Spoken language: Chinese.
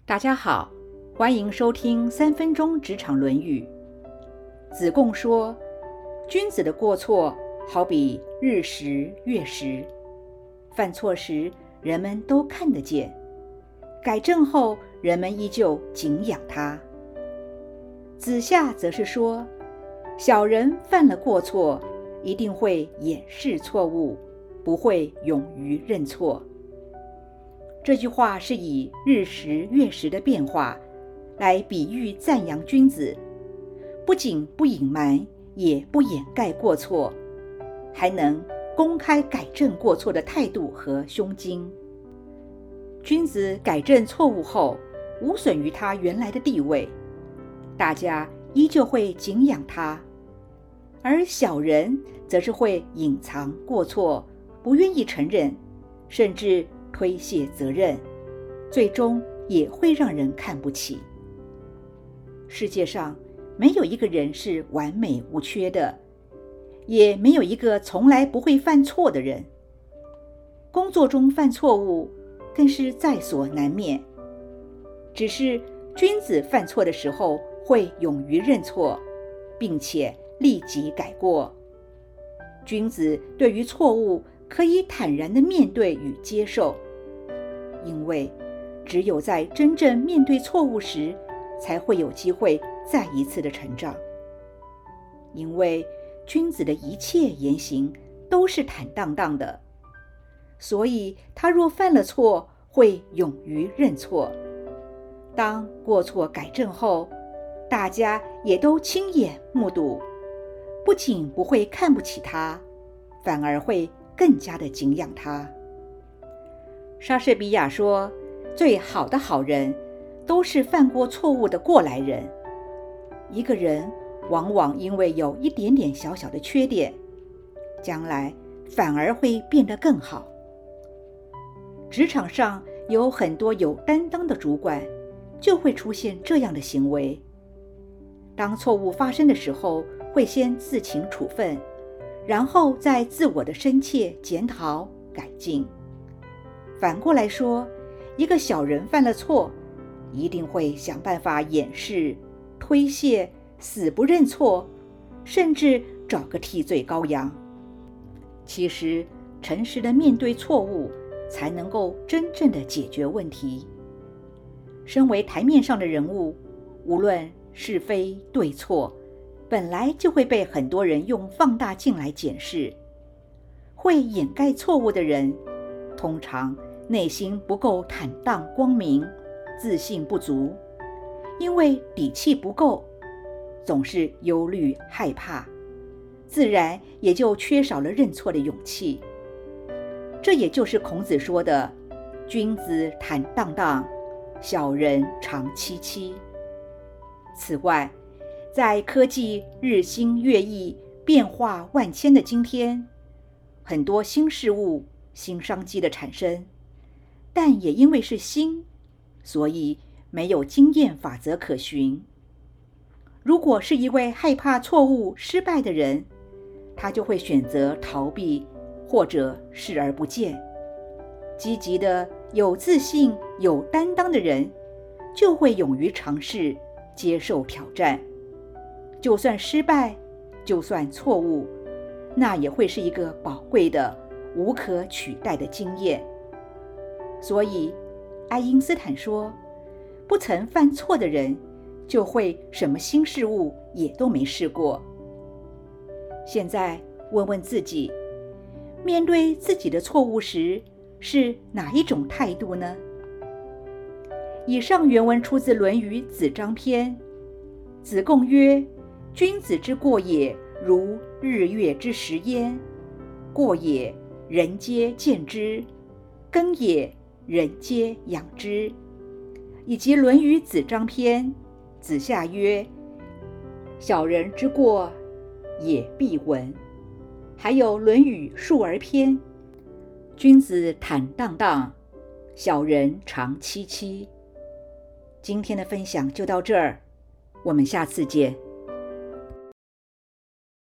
大家好，欢迎收听3分钟职场论语。子贡说，君子的过错好比日食月食，犯错时人们都看得见，改正后人们依旧敬仰他。子夏则是说，小人犯了过错，一定会掩饰错误，不会勇于认错。这句话是以日食月食的变化来比喻赞扬君子，不仅不隐瞒，也不掩盖过错，还能公开改正过错的态度和胸襟。君子改正错误后，无损于他原来的地位，大家依旧会敬仰他，而小人则是会隐藏过错，不愿意承认，甚至推卸责任，最终也会让人看不起。世界上没有一个人是完美无缺的，也没有一个从来不会犯错的人。工作中犯错误更是在所难免，只是君子犯错的时候会勇于认错，并且立即改过。君子对于错误可以坦然地面对与接受，因为只有在真正面对错误时，才会有机会再一次的成长。因为君子的一切言行都是坦荡荡的，所以他若犯了错，会勇于认错。当过错改正后，大家也都亲眼目睹，不仅不会看不起他，反而会更加的敬仰他。莎士比亚说，最好的好人都是犯过错误的过来人。一个人往往因为有一点点小小的缺点，将来反而会变得更好。职场上有很多有担当的主管，就会出现这样的行为。当错误发生的时候，会先自请处分，然后再自我的深切检讨改进。反过来说，一个小人犯了错，一定会想办法掩饰、推卸、死不认错，甚至找个替罪羔羊。其实，诚实的面对错误，才能够真正的解决问题。身为台面上的人物，无论是非对错，本来就会被很多人用放大镜来检视。会掩盖错误的人，通常内心不够坦荡光明，自信不足，因为底气不够，总是忧虑害怕，自然也就缺少了认错的勇气。这也就是孔子说的，君子坦荡荡，小人长戚戚。此外，在科技日新月异、变化万千的今天，很多新事物、新商机的产生，但也因为是新，所以没有经验法则可循。如果是一位害怕错误失败的人，他就会选择逃避或者视而不见。积极的、有自信、有担当的人，就会勇于尝试，接受挑战。就算失败，就算错误，那也会是一个宝贵的、无可取代的经验。所以，爱因斯坦说，不曾犯错的人，就会什么新事物也都没试过。现在问问自己，面对自己的错误时，是哪一种态度呢？以上原文出自《论语·子张篇》。子贡曰：君子之过也，如日月之食焉。过也，人皆见之；耕也，人皆养之。以及《论语·子张篇》，子夏曰：小人之过也必闻。还有《论语·述而篇》，君子坦荡荡，小人长戚戚。今天的分享就到这儿，我们下次见。